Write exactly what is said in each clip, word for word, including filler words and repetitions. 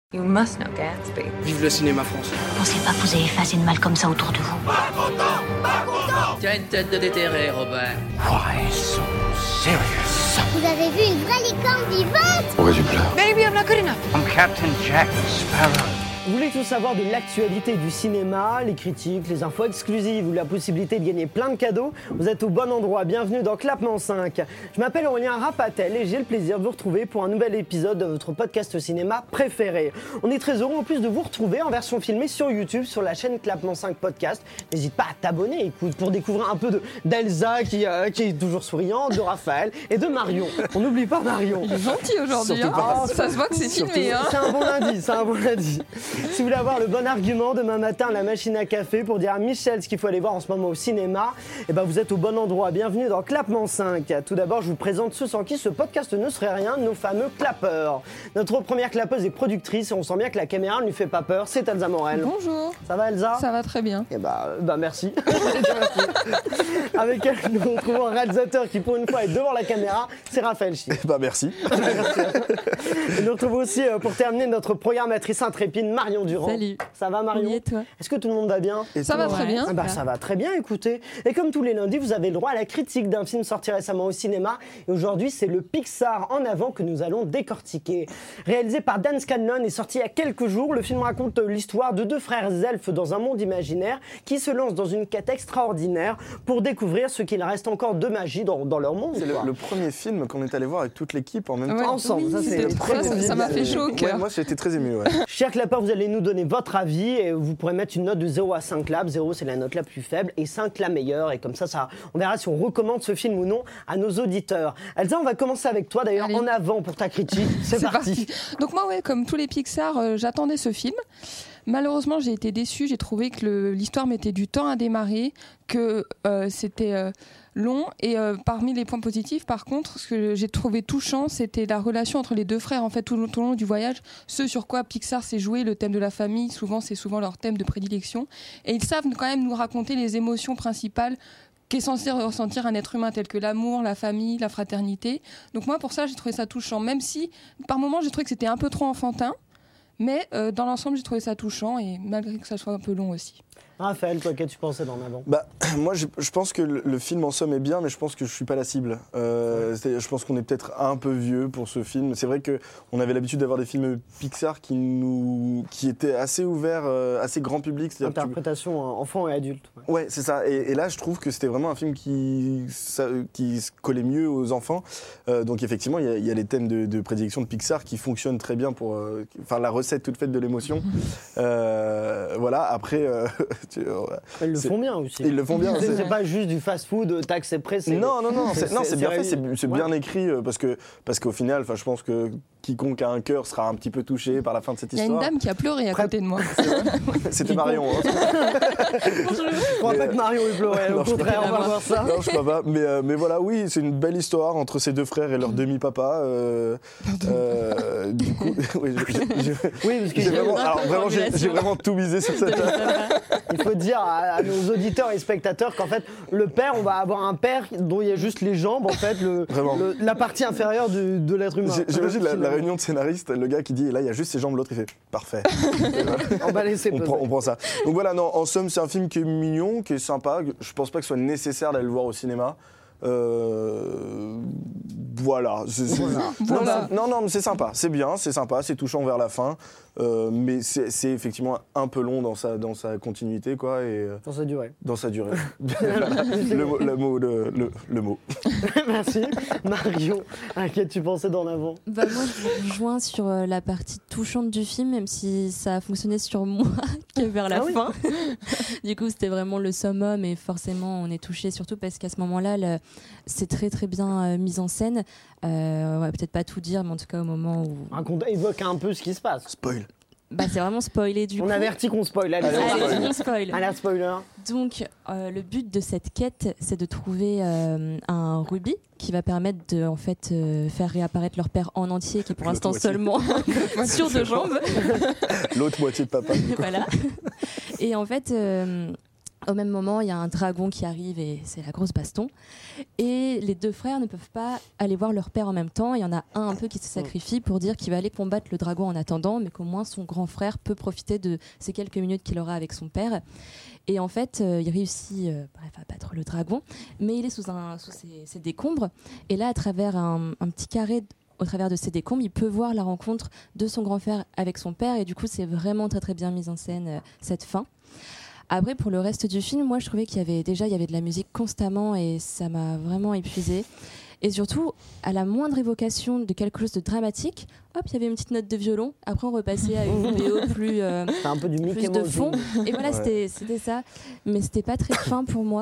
You must know Gatsby. Vive le cinéma français. Pensez pas que vous avez effacé de mal comme ça autour de vous. Pas content, pas content. Tu as une tête de déterré, Robert. Why so serious? Vous avez vu une vraie licorne vivante? Pourquoi tu pleures? Maybe I'm not good enough. I'm Captain Jack Sparrow. Vous voulez tout savoir de l'actualité du cinéma, les critiques, les infos exclusives ou la possibilité de gagner plein de cadeaux? Vous êtes au bon endroit, bienvenue dans Clapement cinq. Je m'appelle Aurélien Rapatel et j'ai le plaisir de vous retrouver pour un nouvel épisode de votre podcast cinéma préféré. On est très heureux en plus de vous retrouver en version filmée sur YouTube, sur la chaîne Clapement cinq Podcast. N'hésite pas à t'abonner, écoute, pour découvrir un peu de, d'Elsa qui, euh, qui est toujours souriante, de Raphaël et de Marion. On n'oublie pas Marion. Il est gentil aujourd'hui, hein. Oh, ça se voit que c'est filmé. Hein. C'est un bon lundi, c'est un bon lundi. Si vous voulez avoir le bon argument demain matin à la machine à café pour dire à Michel ce qu'il faut aller voir en ce moment au cinéma, eh ben vous êtes au bon endroit. Bienvenue dans Clapement cinq. Tout d'abord, je vous présente ceux sans qui ce podcast ne serait rien, nos fameux clapeurs. Notre première clapeuse est productrice et on sent bien que la caméra ne lui fait pas peur, c'est Elsa Morel. Bonjour. Ça va Elsa? Ça va très bien. Eh bah, bah merci. Avec elle, nous retrouvons un réalisateur qui pour une fois est devant la caméra, c'est Raphaël Schiff. Bah merci. Et nous retrouvons aussi pour terminer notre programmatrice intrépide Marion Durand. Salut. Ça va Marion? Oui, et toi? Est-ce que tout le monde va bien? Et ça va très bien. Ah bah, ça va très bien, écoutez. Et comme tous les lundis, vous avez le droit à la critique d'un film sorti récemment au cinéma. Et aujourd'hui, c'est le Pixar En Avant que nous allons décortiquer. Réalisé par Dan Scanlon et sorti il y a quelques jours, le film raconte l'histoire de deux frères elfes dans un monde imaginaire qui se lancent dans une quête extraordinaire pour découvrir ce qu'il reste encore de magie dans, dans leur monde. C'est le, le premier film qu'on est allé voir avec toute l'équipe en même Ouais, temps. Ensemble, oui, ça c'est très ça, ça m'a fait chaud au cœur. Ouais, moi j'ai été très ému. Ouais. Chers clapeurs, vous allez nous donner votre avis et vous pourrez mettre une note de zéro à cinq claps. zéro c'est la note la plus faible et cinq la meilleure. Et comme ça, ça, on verra si on recommande ce film ou non à nos auditeurs. Elsa, on va commencer avec toi d'ailleurs. Allez. En avant pour ta critique. C'est, C'est parti. parti. Donc moi, ouais, comme tous les Pixar, euh, j'attendais ce film. Malheureusement, j'ai été déçue. J'ai trouvé que le, l'histoire mettait du temps à démarrer, que euh, c'était euh, long. Et euh, parmi les points positifs, par contre, ce que j'ai trouvé touchant, c'était la relation entre les deux frères. En fait, tout, tout au long du voyage, ce sur quoi Pixar s'est joué, le thème de la famille, souvent, c'est souvent leur thème de prédilection. Et ils savent quand même nous raconter les émotions principales qu'est censé ressentir un être humain tel que l'amour, la famille, la fraternité. Donc moi, pour ça, j'ai trouvé ça touchant. Même si, par moments, j'ai trouvé que c'était un peu trop enfantin. Mais euh, dans l'ensemble, j'ai trouvé ça touchant et malgré que ça soit un peu long aussi. Raphaël, toi, qu'est-ce que tu pensais d'En Avant? Bah, moi je, je pense que le, le film en somme est bien, mais je pense que je suis pas la cible. Euh, c'est, je pense qu'on est peut-être un peu vieux pour ce film. C'est vrai qu'on avait l'habitude d'avoir des films Pixar qui, nous, qui étaient assez ouverts, euh, assez grand public. C'est-à-dire Interprétation tu... enfant et adulte. Ouais, ouais c'est ça. Et, et là, je trouve que c'était vraiment un film qui, ça, qui collait mieux aux enfants. Euh, donc effectivement, il y, y a les thèmes de, de prédilection de Pixar qui fonctionnent très bien pour euh, enfin, la recette toute faite de l'émotion. Euh, voilà, après... Euh, Tu, ouais. Ils le c'est... font bien aussi. Ils le font bien. C'est, c'est... c'est pas juste du fast-food, tac, c'est prêt. C'est... Non, non, non, c'est, c'est, non, c'est, c'est bien fait, c'est, c'est ouais. bien écrit parce que parce qu'au final, je pense que quiconque a un cœur sera un petit peu touché par la fin de cette histoire. histoire. Il y a une dame qui a pleuré à côté de moi. C'était Marion. Hein. Je crois pas que Marion ait pleuré. Au contraire, on va voir ça. Non, je crois pas. Mais euh, mais voilà, oui, c'est une belle histoire entre ces deux frères et leur demi-papa. Euh, euh, du coup, oui, je, je, je, oui, parce que j'ai vraiment, alors vraiment, j'ai, j'ai vraiment tout misé sur cette. Il faut dire à, à nos auditeurs et spectateurs qu'en fait, le père, on va avoir un père dont il y a juste les jambes, en fait, le, le, la partie inférieure du, de l'être humain. J'imagine la, la réunion de scénaristes, le gars qui dit, et là, il y a juste ses jambes, l'autre, il fait, parfait. On va laisser on, prend, on prend ça. Donc voilà, non, en somme, c'est un film qui est mignon, qui est sympa. Je pense pas que ce soit nécessaire d'aller le voir au cinéma. Euh, voilà. C'est, c'est, voilà. Non, voilà. non, non, mais c'est sympa, c'est bien, c'est sympa, c'est touchant vers la fin, euh, mais c'est, c'est effectivement un peu long dans sa, dans sa continuité, quoi. Et, dans sa durée. Dans sa durée. le, mot, le mot, le, le, le mot. Merci. Marion, à qui tu pensais d'En Avant? Bah moi, je vous rejoins sur la partie touchante du film, même si ça a fonctionné sur moi que vers la ah fin. Oui. Du coup, c'était vraiment le summum et forcément, on est touché, surtout parce qu'à ce moment-là, le, c'est très très bien euh, mis en scène. Euh, ouais, peut-être pas tout dire, mais en tout cas au moment où... Raconte, évoque un peu ce qui se passe. Spoil. Bah, c'est vraiment spoilé du on coup. On avertit qu'on spoil. Allez, allez, allez on spoil. Allez, spoiler. Donc, euh, le but de cette quête, c'est de trouver euh, un rubis qui va permettre de en fait, euh, faire réapparaître leur père en entier, qui est pour L'autre l'instant moitié. seulement sur deux jambes. L'autre moitié de papa. Voilà. Et en fait... Euh, Au même moment, il y a un dragon qui arrive et c'est la grosse baston. Et les deux frères ne peuvent pas aller voir leur père en même temps. Il y en a un un peu qui se sacrifie pour dire qu'il va aller combattre le dragon en attendant, mais qu'au moins son grand frère peut profiter de ces quelques minutes qu'il aura avec son père. Et en fait, euh, il réussit euh, bref, à battre le dragon, mais il est sous, un, sous ses, ses décombres. Et là, à travers un, un petit carré, au travers de ses décombres, il peut voir la rencontre de son grand frère avec son père. Et du coup, c'est vraiment très très bien mis en scène, euh, cette fin. Après, pour le reste du film, moi, je trouvais qu'il y avait déjà il y avait de la musique constamment et ça m'a vraiment épuisée. Et surtout, à la moindre évocation de quelque chose de dramatique, hop, il y avait une petite note de violon. Après, on repassait à une V O plus, euh, un peu du plus de fond. Et voilà, ouais. c'était, c'était ça. Mais c'était pas très fin pour moi.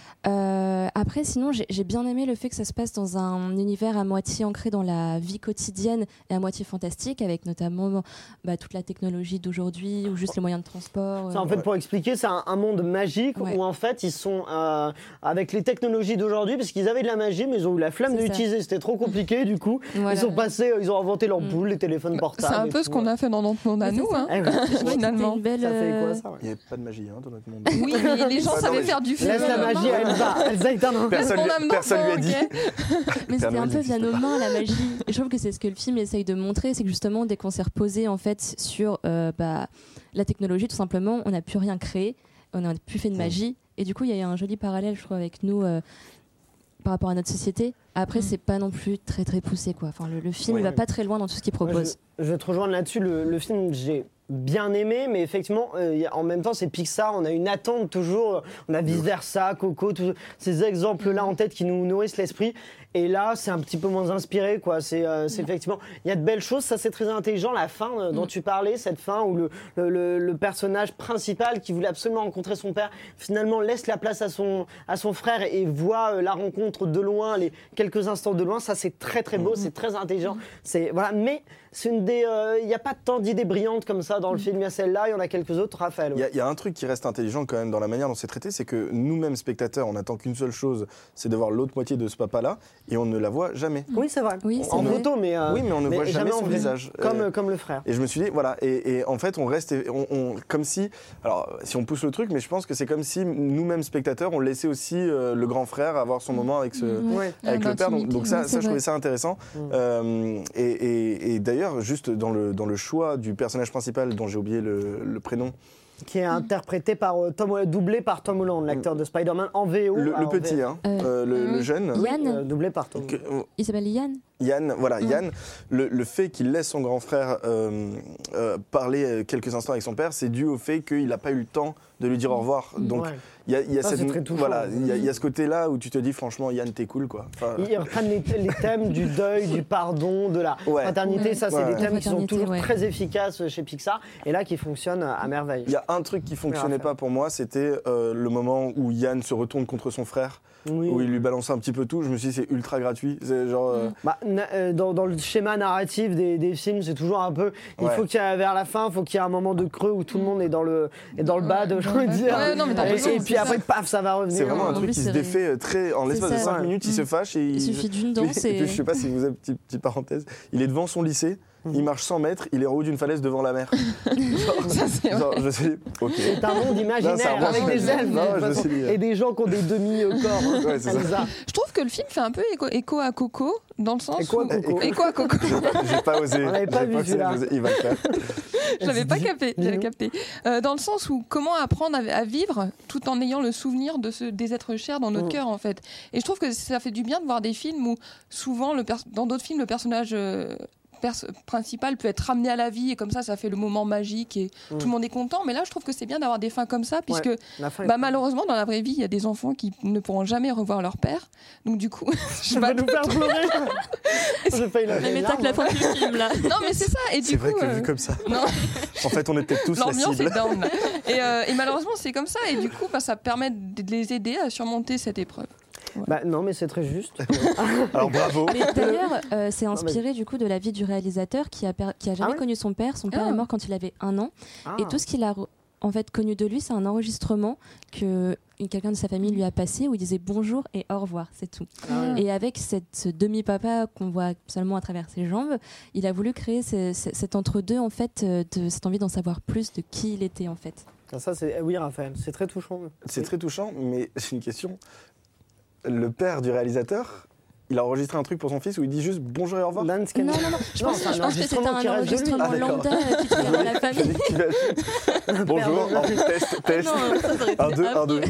Euh, après, sinon, j'ai, j'ai bien aimé le fait que ça se passe dans un univers à moitié ancré dans la vie quotidienne et à moitié fantastique, avec notamment bah, toute la technologie d'aujourd'hui ou juste les moyens de transport. Ça, en fait, pour expliquer, c'est un, un monde magique ouais. où en fait ils sont euh, avec les technologies d'aujourd'hui, parce qu'ils avaient de la magie, mais ils ont eu la flemme c'est de ça. l'utiliser. C'était trop compliqué, du coup. Voilà. Ils sont passés, ils ont inventé l'ampoule, mmh. les téléphones portables. C'est un peu ce qu'on a fait dans notre monde à nous, hein, finalement. Belle, ça fait quoi ça ouais. Il n'y avait pas de magie hein, dans notre monde. Oui, mais les gens savaient faire du film. Laisse la magie à Elsa. Elsa est un Personne, lui, personne lui a dit. Mais c'était un peu bien aux mains, la magie. Et je trouve que c'est ce que le film essaye de montrer, c'est que justement, dès qu'on s'est reposé en fait sur euh, bah, la technologie, tout simplement, on n'a plus rien créé, on n'a plus fait de magie. Et du coup, il y a un joli parallèle, je trouve, avec nous euh, par rapport à notre société. Après, c'est pas non plus très très poussé, quoi. Enfin, le, le film ne ouais. va pas très loin dans tout ce qu'il propose. Ouais, je, je vais te rejoindre là-dessus. Le, le film, j'ai bien aimé, mais effectivement, euh, en même temps, c'est Pixar, on a une attente toujours, on a Vice Versa, Coco, tous ces exemples-là en tête qui nous nourrissent l'esprit. Et là, c'est un petit peu moins inspiré, quoi. C'est, euh, c'est effectivement, il y a de belles choses, ça c'est très intelligent. La fin euh, dont tu parlais, cette fin où le, le, le, le personnage principal qui voulait absolument rencontrer son père, finalement laisse la place à son, à son frère et voit euh, la rencontre de loin, les quelques instants de loin. Ça, c'est très très beau, c'est très intelligent. C'est voilà, mais c'est une des, il euh, n'y a pas tant d'idées brillantes comme ça dans le film. Il y a celle-là, il y en a quelques autres. Raphaël. Il ouais. y, y a un truc qui reste intelligent quand même dans la manière dont c'est traité, c'est que nous-mêmes spectateurs, on n'attend qu'une seule chose, c'est de voir l'autre moitié de ce papa-là, et on ne la voit jamais. Oui, c'est vrai. Oui, c'est en vrai. photo, mais euh, oui, mais on ne mais voit jamais, jamais son visage. Comme euh, comme le frère. Et je me suis dit, voilà, et, et en fait, on reste, on, on, comme si, alors si on pousse le truc, mais je pense que c'est comme si nous-mêmes spectateurs, on laissait aussi euh, le grand frère avoir son moment avec ce, ouais. avec ah, le père. Donc, donc ça, oui, ça, je trouvais ça intéressant. Mm. Euh, et, et, et d'ailleurs, juste dans le dans le choix du personnage principal, dont j'ai oublié le, le prénom. Qui est interprété par euh, Tom, doublé par Tom Holland, l'acteur de Spider-Man en V O. Le, le petit, hein, euh, euh, le, le jeune. Yann. Oui, euh, doublé par Tom. Que, euh, Il s'appelle Yann. Yann, voilà, mmh. Yann, le, le fait qu'il laisse son grand frère euh, euh, parler quelques instants avec son père, c'est dû au fait qu'il n'a pas eu le temps de lui dire au revoir. Donc, ouais. il y a, y a ça, cette, c'est très touchant. voilà, il y, y a ce côté-là où tu te dis, franchement, Yann, t'es cool, quoi. Enfin, ils reprennent les, les thèmes du deuil, du pardon, de la ouais. fraternité. Ça, c'est ouais. des thèmes la qui sont toujours ouais. très efficaces chez Pixar et là, qui fonctionnent à merveille. Il y a un truc qui fonctionnait pas pour moi, c'était euh, le moment où Yann se retourne contre son frère. Oui. Où il lui balançait un petit peu tout, je me suis dit c'est ultra gratuit. C'est genre, euh... bah, na- dans, dans le schéma narratif des, des films, c'est toujours un peu. Il ouais. faut qu'il y ait vers la fin, il faut qu'il y ait un moment de creux où tout le monde est dans le, est dans le bad, je veux dire. Ouais, non, mais et, et, et puis après, paf, ça va revenir. C'est vraiment un truc plus, qui se défait très. En l'espace de cinq minutes, il se fâche et il suffit d'une danse. Et puis, je sais pas si vous avez petite, petite parenthèse. Il est devant son lycée. Il marche cent mètres, il est en haut d'une falaise devant la mer. genre, ça, c'est genre, je sais, okay. C'est un monde imaginaire non, avec des elfes non, façon, dit, et des gens qui ont des demi-corps. Hein, ouais, c'est ça. Je trouve que le film fait un peu écho, écho à Coco, dans le sens écho où... À Coco. Écho à Coco. J'ai pas osé. On l'avait pas vu celui-là. Il va le faire. Je l'avais pas capté. J'avais capté. Euh, dans le sens où comment apprendre à, à vivre tout en ayant le souvenir de ce, des êtres chers dans notre mmh. cœur, en fait. Et je trouve que ça fait du bien de voir des films où souvent, le pers- dans d'autres films, le personnage... Euh, Pers- principal peut être ramené à la vie et comme ça ça fait le moment magique et mmh. tout le monde est content, mais là je trouve que c'est bien d'avoir des fins comme ça puisque ouais, bah, malheureusement dans la vraie vie il y a des enfants qui ne pourront jamais revoir leur père, donc du coup je vais nous faire pleurer. J'ai failli la mais t'as que la fin du film là. Non mais c'est ça et du c'est coup vrai que euh... vu comme ça non. En fait on était tous l'ambiance la cible. est down là. Et, euh, et malheureusement c'est comme ça et du coup bah, ça permet de les aider à surmonter cette épreuve. Ouais. Bah, non, mais c'est très juste. Alors bravo. Mais d'ailleurs, euh, c'est inspiré du coup de la vie du réalisateur qui a, per- qui a jamais ah ouais connu son père. Son père ah. est mort quand il avait un an. Ah. Et tout ce qu'il a re- en fait connu de lui, c'est un enregistrement que quelqu'un de sa famille lui a passé où il disait bonjour et au revoir, c'est tout. Ah. Et avec cette, ce demi-papa qu'on voit seulement à travers ses jambes, il a voulu créer ce, ce, cet entre-deux en fait, de cette envie d'en savoir plus de qui il était en fait. Ça, c'est... Oui, Raphaël, c'est très touchant. C'est oui. très touchant, mais j'ai une question. Le père du réalisateur, il a enregistré un truc pour son fils où il dit juste bonjour et au revoir. Non, non, non, je pense, je pense que c'était un enregistrement ah, lambda qui traînait dans la famille. Bonjour, en test, test. Un, deux, un, deux.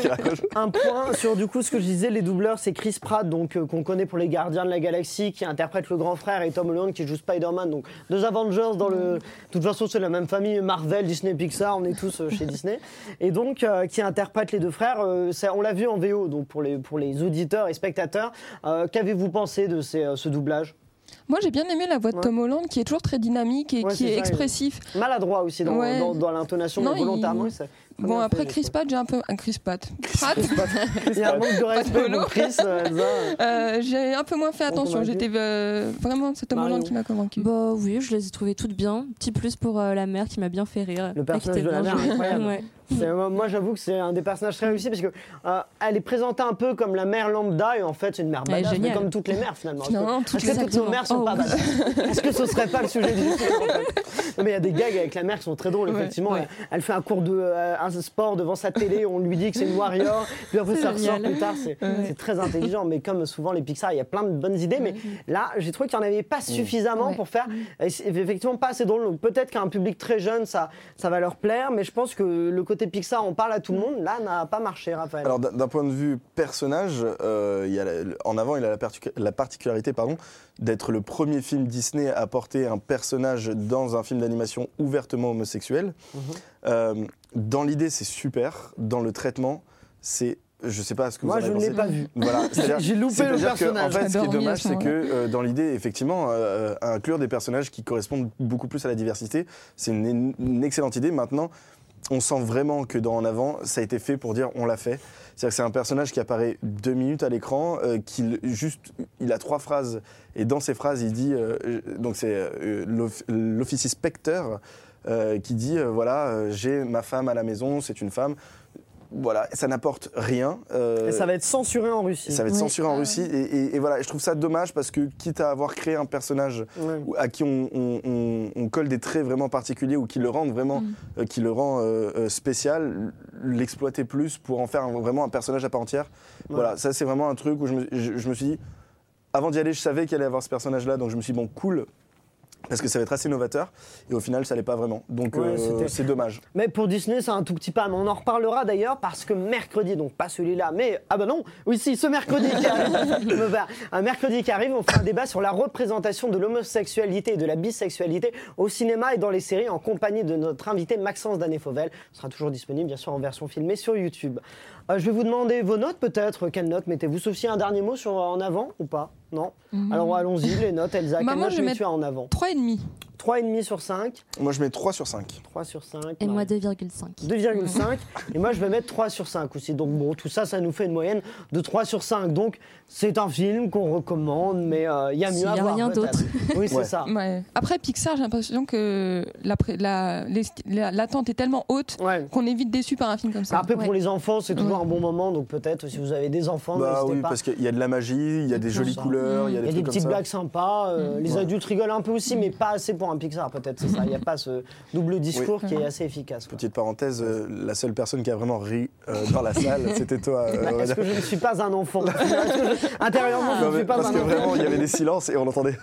Un point sur du coup ce que je disais, les doubleurs, c'est Chris Pratt, donc euh, qu'on connaît pour les Gardiens de la Galaxie, qui interprète le grand frère, et Tom Holland qui joue Spider-Man, donc deux Avengers dans le. De toute façon, c'est la même famille, Marvel, Disney, Pixar, on est tous euh, chez Disney, et donc euh, qui interprète les deux frères. Euh, ça, on l'a vu en V O, donc pour les pour les auditeurs et spectateurs. Euh, qu'avez-vous pensé de ces, euh, ce doublage? Moi, j'ai bien aimé la voix de ouais. Tom Holland, qui est toujours très dynamique et ouais, qui est, est ça, expressif. Maladroit aussi dans, ouais. dans, dans l'intonation, non, mais volontairement. Il... Ça... Bon, fait, après Chris Pratt, j'ai un peu. Un Chris Pratt. Pratt Il y a un manque de respect pour Chris, euh, Elsa. Euh, j'ai un peu moins fait attention. J'étais euh, vraiment. C'est Tom Mario. Holland qui m'a convaincu. Bah oui, je les ai trouvées toutes bien. Petit plus pour euh, la mère qui m'a bien fait rire. Le personnage de la mère, incroyable. ouais. C'est, moi, j'avoue que c'est un des personnages très réussis parce que euh, elle est présentée un peu comme la mère lambda et en fait, c'est une mère badass, mais comme toutes les mères finalement. Non, Est-ce que, est-ce que toutes nos mères sont oh, pas oui. badass? Est-ce que ce serait pas le sujet du film en fait? Non, mais il y a des gags avec la mère qui sont très drôles. Ouais, effectivement, ouais. Elle, elle fait un cours de euh, un sport devant sa télé, on lui dit que c'est une warrior, puis après ça ressort plus tard. C'est, ouais. c'est très intelligent, mais comme souvent les Pixar, il y a plein de bonnes idées, mais là, j'ai trouvé qu'il n'y en avait pas suffisamment ouais. pour faire. Et c'est effectivement pas assez drôle. Donc peut-être qu'à un public très jeune, ça, ça va leur plaire, mais je pense que le côté Pixar, on parle à tout le monde, là, n'a pas marché, Raphaël. Alors d'un point de vue personnage, euh, il y a la, en avant, il a la, partic- la particularité pardon, d'être le premier film Disney à porter un personnage dans un film d'animation ouvertement homosexuel. Mm-hmm. Euh, dans l'idée, c'est super. Dans le traitement, c'est... Je sais pas ce que Moi, vous en avez pensé. Moi, je ne l'ai pas vu. Voilà, j'ai loupé le personnage. Que, en fait, ce qui est dommage, c'est ouais. que euh, dans l'idée, effectivement, euh, inclure des personnages qui correspondent beaucoup plus à la diversité, c'est une, une excellente idée. Maintenant, on sent vraiment que dans En Avant, ça a été fait pour dire on l'a fait. C'est-à-dire que c'est un personnage qui apparaît deux minutes à l'écran, euh, qu'il juste, il a trois phrases et dans ces phrases, il dit euh, donc c'est euh, l'off- l'officier Spectre euh, qui dit euh, voilà, euh, j'ai ma femme à la maison, c'est une femme. Voilà, ça n'apporte rien. Euh, et ça va être censuré en Russie. Ça va être oui. censuré en Russie. Et, et, et voilà, je trouve ça dommage parce que, quitte à avoir créé un personnage ouais. à qui on, on, on, on colle des traits vraiment particuliers ou qui le rendent vraiment, mm. euh, qui le rend euh, spécial, l'exploiter plus pour en faire un, vraiment un personnage à part entière. Ouais. Voilà, ça c'est vraiment un truc où je me, je, je me suis dit, avant d'y aller, je savais qu'il allait y avoir ce personnage-là, donc je me suis dit, bon, cool. Parce que ça va être assez novateur, et au final, ça l'est pas vraiment. Donc, ouais, euh, c'est dommage. Mais pour Disney, c'est un tout petit pas. Mais on en reparlera d'ailleurs, parce que mercredi, donc pas celui-là, mais... Ah bah non, oui, si, ce mercredi qui arrive, un mercredi qui arrive, on fera un débat sur la représentation de l'homosexualité et de la bisexualité au cinéma et dans les séries, en compagnie de notre invité Maxence Danet-Fauvel. Ce sera toujours disponible, bien sûr, en version filmée sur YouTube. Euh, je vais vous demander vos notes, peut-être. Quelle note mettez-vous? Sauf si un dernier mot sur En Avant, ou pas? Non mmh. Alors allons-y, les notes, Elsa. Quelle Maman, note mets-tu à En Avant? trois virgule cinq. trois virgule cinq sur cinq. Moi, je mets trois sur cinq. trois sur cinq. Et moi, deux virgule cinq. deux virgule cinq. Et moi, je vais mettre trois sur cinq aussi. Donc bon, tout ça, ça nous fait une moyenne de trois sur cinq. Donc, c'est un film qu'on recommande, mais il euh, y a mieux S'il à y a voir. rien d'autre. Oui, c'est ouais. ça. Ouais. Après, Pixar, j'ai l'impression que la, la, la, l'attente est tellement haute ouais. qu'on est vite déçu par un film comme ça. Après, ouais. pour les enfants, c'est toujours ouais. un bon moment. Donc peut-être, si vous avez des enfants, bah, n'hésitez oui, pas. parce qu'il y a de la magie, il y a des jolies couleurs, il y a des, y a des petites comme blagues sympas. Euh, mmh. Les ouais. adultes rigolent un peu aussi, mais pas assez pour un Pixar, peut-être. C'est ça. Il n'y a pas ce double discours oui. qui est assez efficace. Quoi. Petite parenthèse, euh, la seule personne qui a vraiment ri euh, dans la salle, c'était toi. Euh, bah, est-ce que je ne suis pas un enfant? je... Intérieurement, je ne suis pas un enfant. Parce que vraiment, il y avait des silences et on entendait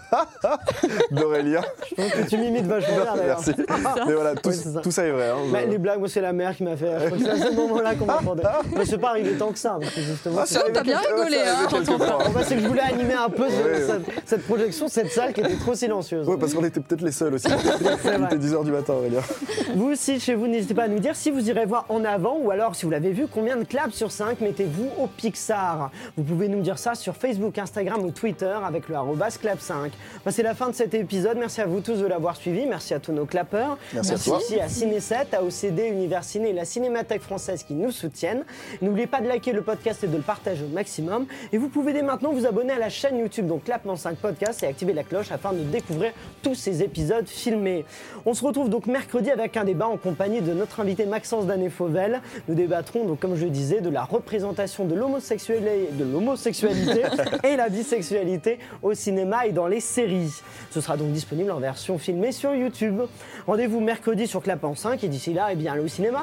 d'Aurélien. Je pense que tu m'imites vachement bien, d'ailleurs. Merci. Mais voilà, tout, oui, ça. tout ça est vrai. Hein, bah, les blagues, moi, c'est la mère qui m'a fait. Je crois que c'est à ce moment-là qu'on m'entendait. Mais c'est pas arrivé tant que ça. Parce que justement, ah, c'est t'as bien rigolé, hein, bah, c'est que je voulais animer un peu ouais, cette, ouais. cette projection, cette salle qui était trop silencieuse. Oui, parce qu'on était peut-être les seuls aussi. Il était dix heures du matin, Aurélien. Vous aussi, chez vous, n'hésitez pas à nous dire si vous irez voir En Avant ou alors, si vous l'avez vu, combien de claps sur cinq mettez-vous au Pixar? Vous pouvez nous dire ça sur Facebook, Instagram ou Twitter avec le arobase clap cinq. Bah, c'est la fin de cet épisode. Merci à vous tous de l'avoir suivi. Merci à tous nos clappeurs. Merci, Merci à aussi à Ciné sept, à O C D, Univers Ciné et la Cinémathèque française qui nous soutiennent. N'oubliez pas de liker le podcast et de le partager au maximum. Et vous pouvez dès maintenant vous abonner à la chaîne YouTube, donc Clap cinq Podcast, et activer la cloche afin de découvrir tous ces épisodes épisodes filmés. On se retrouve donc mercredi avec un débat en compagnie de notre invité Maxence Danet-Fauvel. Nous débattrons donc, comme je le disais, de la représentation de l'homosexualité, de l'homosexualité et la bisexualité au cinéma et dans les séries. Ce sera donc disponible en version filmée sur YouTube. Rendez-vous mercredi sur Clap en cinq et d'ici là, eh bien, allez au cinéma.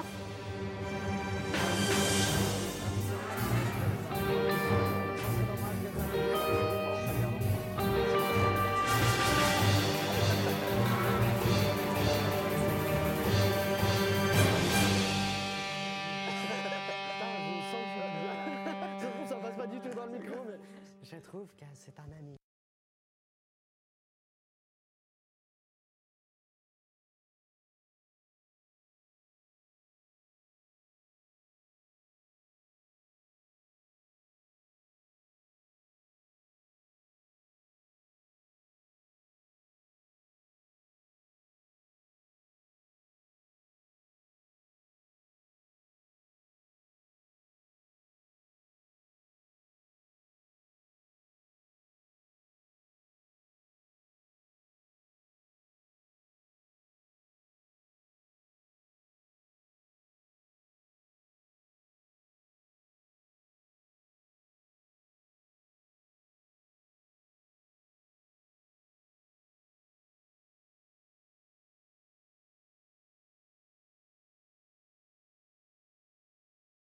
Ça passe pas du tout dans le micro, mais je trouve que c'est un ami.